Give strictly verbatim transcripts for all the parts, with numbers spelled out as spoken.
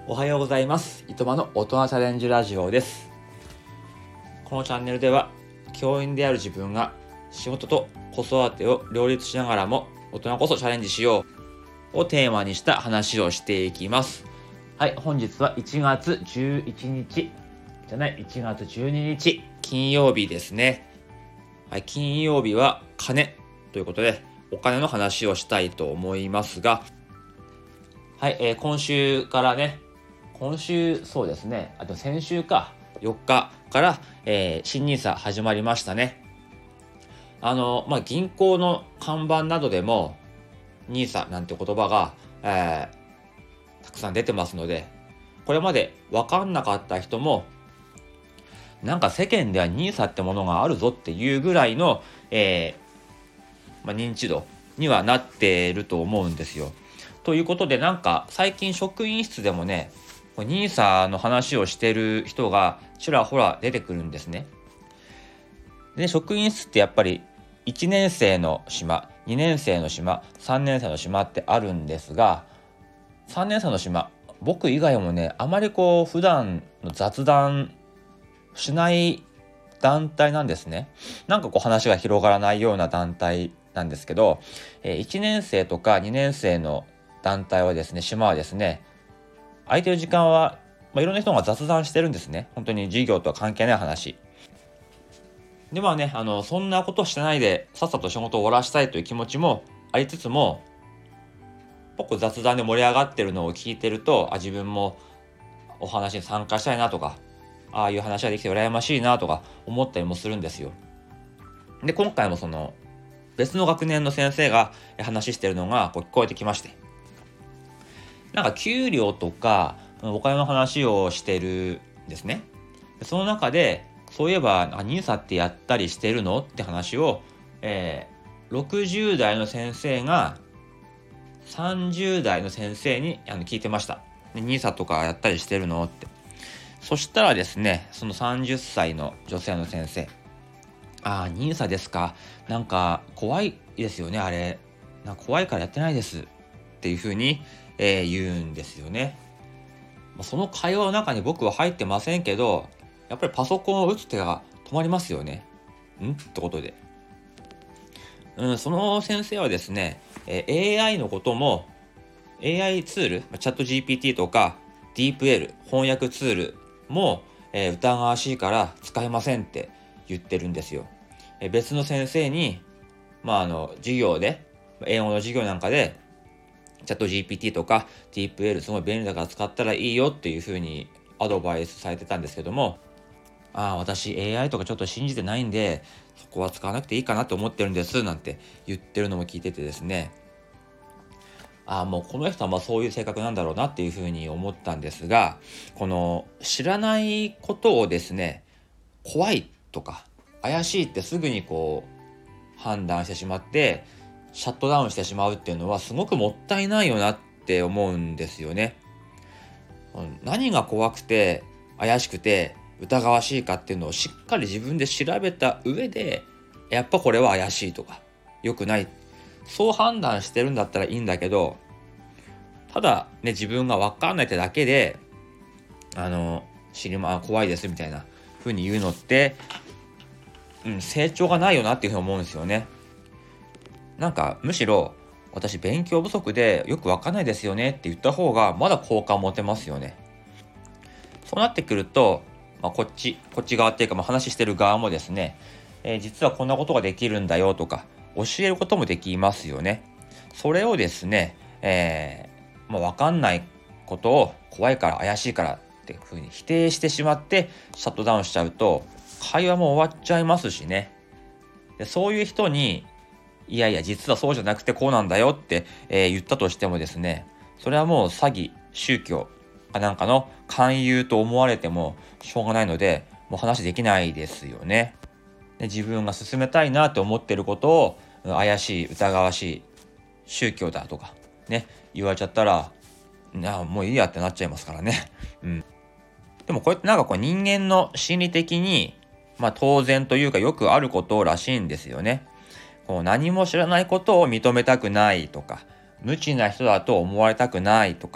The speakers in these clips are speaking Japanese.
おはようございます。いとまの大人チャレンジラジオです。このチャンネルでは教員である自分が仕事と子育てを両立しながらも大人こそチャレンジしようをテーマにした話をしていきます。はい、本日はいちがつじゅういちにちじゃないいちがつじゅうににち金曜日ですね。はい、金曜日は金ということでお金の話をしたいと思いますが、はい、えー、今週からね今週そうですねあと先週かよっかから、えー、新ニーサ始まりましたね。あの、まあ、銀行の看板などでもニーサなんて言葉が、えー、たくさん出てますので、これまで分かんなかった人もなんか世間ではニーサってものがあるぞっていうぐらいの、えーまあ、認知度にはなっていると思うんですよ。ということで、なんか最近職員室でもねニーサの話をしてる人がちらほら出てくるんですね。で、職員室ってやっぱりいちねんせいの島、にねんせいの島、さんねんせいの島ってあるんですが、さんねんせいの島、僕以外もねあまりこう普段の雑談しない団体なんですね。なんかこう話が広がらないような団体なんですけど、いちねんせいとかにねんせいの団体はですね、島はですね、空いてる時間は、まあ、いろんな人が雑談してるんですね。本当に授業とは関係ない話で、まあね、あのそんなことしてないでさっさと仕事を終わらしたいという気持ちもありつつも、僕雑談で盛り上がってるのを聞いてると、あ自分もお話に参加したいなとか、ああいう話ができて羨ましいなとか思ったりもするんですよ。で、今回もその別の学年の先生が話してるのがこう聞こえてきまして、なんか給料とかお金の話をしてるんですね。その中でそういえばニーサってやったりしてるのって話を、えー、ろくじゅうだいの先生がさんじゅうだいの先生にあの聞いてました。ニーサとかやったりしてるのって。そしたらですね、そのさんじゅっさいの女性の先生、ああニーサですか、なんか怖いですよねあれ、なんか怖いからやってないですっていうふうに、えー、言うんですよね。その会話の中に僕は入ってませんけど、やっぱりパソコンを打つ手が止まりますよね。んってことで、うん、その先生はですね、えー、エーアイ のことも エーアイ ツール、チャット ジーピーティー とか ディープエル 翻訳ツールも、えー、疑わしいから使えませんって言ってるんですよ。えー、別の先生に、まあ、あの授業で英語の授業なんかでチャット ジーピーティー とか ディープエル すごい便利だから使ったらいいよっていう風にアドバイスされてたんですけども、ああ私 エーアイ とかちょっと信じてないんでそこは使わなくていいかなと思ってるんですなんて言ってるのも聞いててですね、ああもうこの人はまあそういう性格なんだろうなっていう風に思ったんですが、この知らないことをですね怖いとか怪しいってすぐにこう判断してしまってシャットダウンしてしまうっていうのはすごくもったいないよなって思うんですよね。何が怖くて怪しくて疑わしいかっていうのをしっかり自分で調べた上で、やっぱこれは怪しいとか良くないそう判断してるんだったらいいんだけど、ただね自分が分かんないってだけであの知りま怖いですみたいな風に言うのって、うん、成長がないよなっていうふうに思うんですよね。なんかむしろ私勉強不足でよくわかんないですよねって言った方がまだ好感持てますよね。そうなってくると、まあ、こっちこっち側っていうか、まあ、話してる側もですね、えー、実はこんなことができるんだよとか教えることもできますよね。それをですね、えーまあ、わかんないことを怖いから怪しいからっていうふうに否定してしまってシャットダウンしちゃうと会話も終わっちゃいますしね。でそういう人にいやいや実はそうじゃなくてこうなんだよって、えー、言ったとしてもですね、それはもう詐欺宗教かなんかの勧誘と思われてもしょうがないので、もう話できないですよね。で自分が進めたいなと思っていることを怪しい疑わしい宗教だとかね言われちゃったら、なもういいやってなっちゃいますからね。うん。でもこうやってなんかこう人間の心理的にまあ当然というかよくあることらしいんですよね。こう何も知らないことを認めたくないとか、無知な人だと思われたくないとか、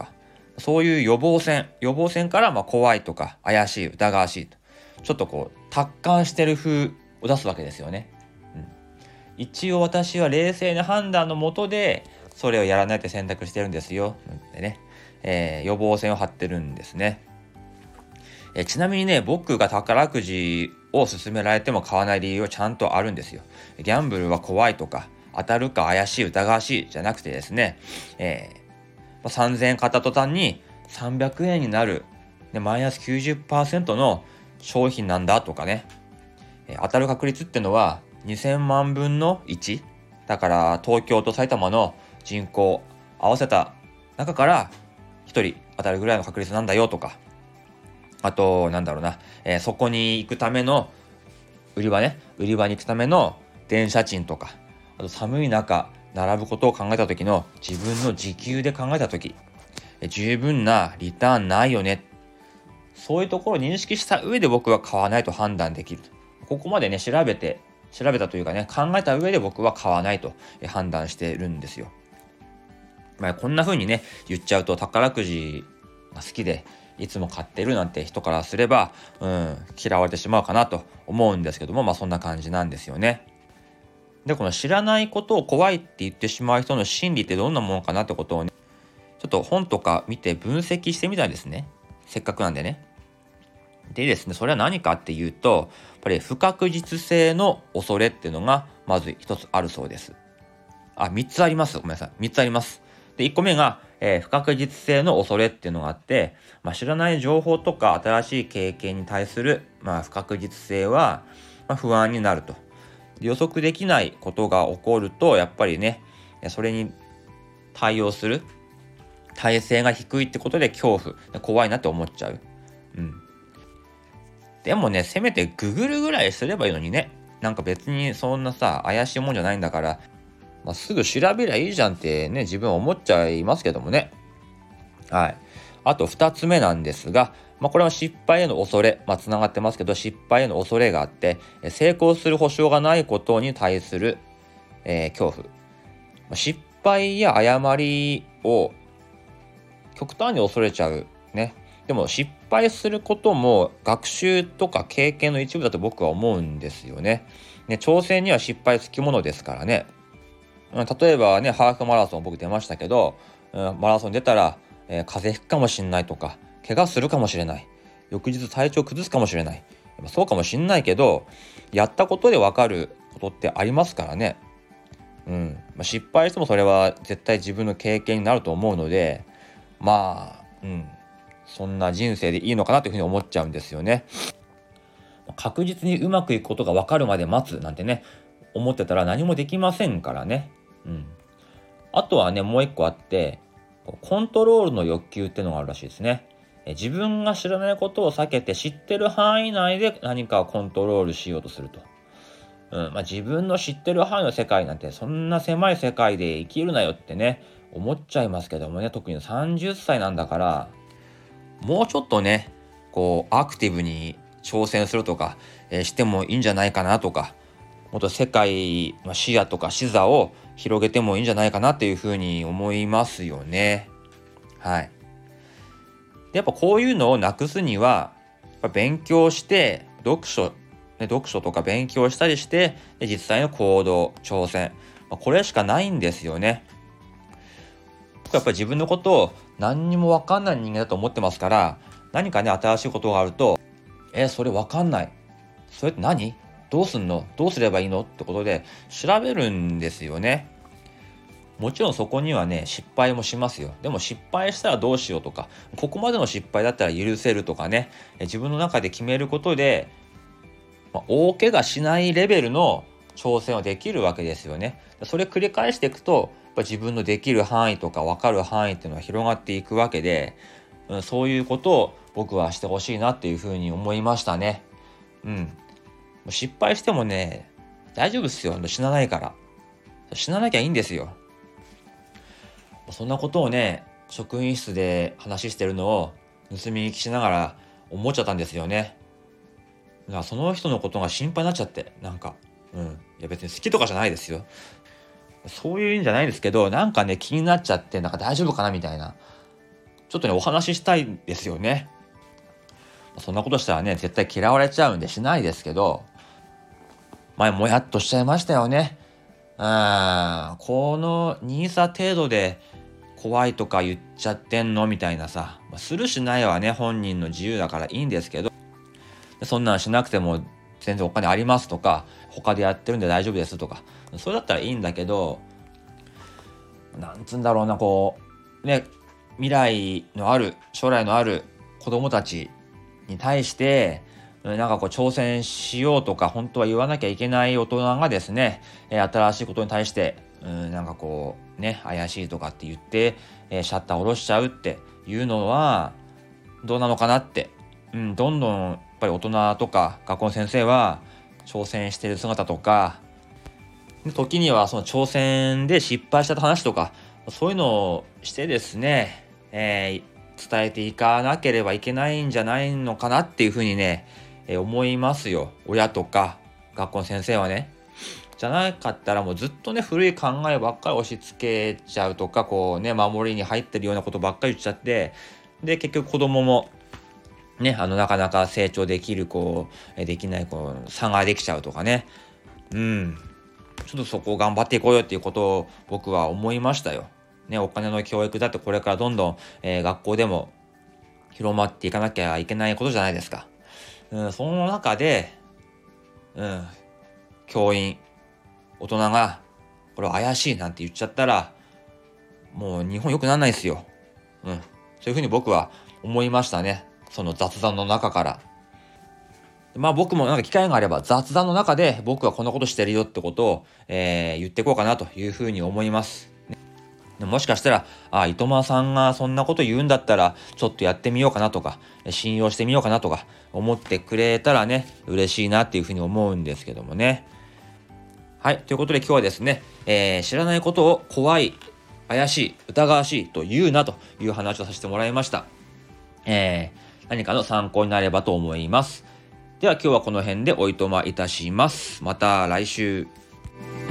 そういう予防線、予防線からまあ怖いとか怪しい、疑わしいと、ちょっとこう達観してる風を出すわけですよね。うん、一応私は冷静な判断のもとでそれをやらないって選択してるんですよってね、えー、予防線を張ってるんですね。えー、ちなみにね、僕が宝くじを勧められても買わない理由はちゃんとあるんですよ。ギャンブルは怖いとか当たるか怪しい疑わしいじゃなくてですね、えー、さんぜんえん買った途端にさんびゃくえんになる、でマイナス きゅうじゅっパーセント の商品なんだとかね、えー、当たる確率ってのはにせんまんぶんのいちだから、東京と埼玉の人口合わせた中からひとり当たるぐらいの確率なんだよとか、あとなんだろうな、えー、そこに行くための売り場ね売り場に行くための電車賃とか、あと寒い中並ぶことを考えた時の自分の時給で考えた時、えー、十分なリターンないよね、そういうところを認識した上で僕は買わないと判断できる。ここまでね調べて調べたというかね考えた上で僕は買わないと判断してるんですよ。まあ、こんな風にね言っちゃうと宝くじが好きでいつも買ってるなんて人からすれば、うん、嫌われてしまうかなと思うんですけども、まあそんな感じなんですよね。で、この知らないことを怖いって言ってしまう人の心理ってどんなものかなってことをね、ちょっと本とか見て分析してみたんですね。せっかくなんでね。でですね、それは何かっていうと、やっぱり不確実性の恐れっていうのがまず一つあるそうです。あ、三つあります。ごめんなさい。三つあります。で、一個目が、えー不確実性の恐れっていうのがあって、まあ、知らない情報とか新しい経験に対する、まあ、不確実性は、まあ、不安になると。で、予測できないことが起こると、やっぱりね、それに対応する耐性が低いってことで恐怖、怖いなって思っちゃう。うん。でもね、せめてググるぐらいすればいいのにね。なんか別にそんなさ、怪しいもんじゃないんだから、まあ、すぐ調べりゃいいじゃんってね、自分は思っちゃいますけどもね。はい。あと二つ目なんですが、まあ、これは失敗への恐れ、まあ、つながってますけど、失敗への恐れがあって、成功する保証がないことに対する、えー恐怖。まあ失敗や誤りを極端に恐れちゃう。ね。でも失敗することも学習とか経験の一部だと僕は思うんですよね。ね、挑戦には失敗つきものですからね。うん例えばね、ハーフマラソン僕出ましたけど、うん、マラソン出たら、えー風邪ひくかもしれないとか、怪我するかもしれない。翌日体調崩すかもしれない。そうかもしれないけど、やったことで分かることってありますからね。うんまあ、失敗してもそれは絶対自分の経験になると思うので、まあ、うん、そんな人生でいいのかなというふうに思っちゃうんですよね。確実にうまくいくことが分かるまで待つなんてね、思ってたら何もできませんからね。うん。あとはね、もう一個あって、コントロールの欲求っていうのがあるらしいですね。え自分が知らないことを避けて知ってる範囲内で何かをコントロールしようとすると。うんまあ、自分の知ってる範囲の世界なんてそんな狭い世界で生きるなよってね、思っちゃいますけどもね、特にさんじゅっさいなんだから、もうちょっとね、こうアクティブに挑戦するとか、えーしてもいいんじゃないかなとか、もっと世界、まあ、視野とか視座を広げてもいいんじゃないかなっていうふうに思いますよね。はい。でやっぱこういうのをなくすには、やっぱ勉強して読書、ね、読書とか勉強したりしてで実際の行動挑戦、まあ、これしかないんですよね。やっぱり自分のことを何にも分かんない人間だと思ってますから、何かね新しいことがあると、えそれ分かんない、それって何、どうすんの、どうすればいいのってことで調べるんですよね。もちろんそこにはね失敗もしますよ。でも失敗したらどうしようとか、ここまでの失敗だったら許せるとかね、自分の中で決めることで、まあ、大怪我しないレベルの挑戦はできるわけですよね。それ繰り返していくと、やっぱ自分のできる範囲とか分かる範囲っていうのは広がっていくわけで、うん、そういうことを僕はしてほしいなっていうふうに思いましたね。うん。失敗してもね、大丈夫ですよ。死なないから。死ななきゃいいんですよ。そんなことをね、職員室で話してるのを盗み聞きしながら思っちゃったんですよね。だからその人のことが心配になっちゃって、なんか、うん。いや別に好きとかじゃないですよ。そういうんじゃないですけど、なんかね、気になっちゃって、なんか大丈夫かなみたいな。 ちょっとね、お話ししたいですよね。そんなことしたらね、絶対嫌われちゃうんでしないですけど、前もやっとしちゃいましたよね。うん、このニーサ程度で怖いとか言っちゃってんのみたいなさ、するしないはね、本人の自由だからいいんですけど、そんなんしなくても全然お金ありますとか、他でやってるんで大丈夫ですとか、それだったらいいんだけど、なんつうんだろうな、こう、ね、未来のある、将来のある子供たちに対して、なんかこう挑戦しようとか、本当は言わなきゃいけない大人がですね、新しいことに対して、うん、なんかこう、ね、怪しいとかって言って、シャッターを下ろしちゃうっていうのは、どうなのかなって。うん、どんどんやっぱり大人とか学校の先生は挑戦している姿とか、時にはその挑戦で失敗した話とか、そういうのをしてですね、えー、伝えていかなければいけないんじゃないのかなっていうふうにね、えー、思いますよ。親とか学校の先生はね。じゃなかったらもうずっとね、古い考えばっかり押し付けちゃうとか、こうね、守りに入ってるようなことばっかり言っちゃって、で、結局子供もね、あの、なかなか成長できる子、できない子、差ができちゃうとかね。うん。ちょっとそこを頑張っていこうよっていうことを僕は思いましたよ。ね、お金の教育だってこれからどんどん、えー、学校でも広まっていかなきゃいけないことじゃないですか。うん、その中で、うん、教員、大人が、これは怪しいなんて言っちゃったら、もう日本良くならないですよ。うん。そういうふうに僕は思いましたね。その雑談の中から。まあ僕もなんか機会があれば雑談の中で僕はこんなことしてるよってことを、えー、言っていこうかなというふうに思います。ね、もしかしたら、あ、糸間さんがそんなこと言うんだったらちょっとやってみようかなとか、信用してみようかなとか思ってくれたらね、嬉しいなっていうふうに思うんですけどもね。はい。ということで今日はですね、えー、知らないことを怖い、怪しい、疑わしいと言うなという話をさせてもらいました。えー、何かの参考になればと思います。では今日はこの辺でおいとまいたします。また来週。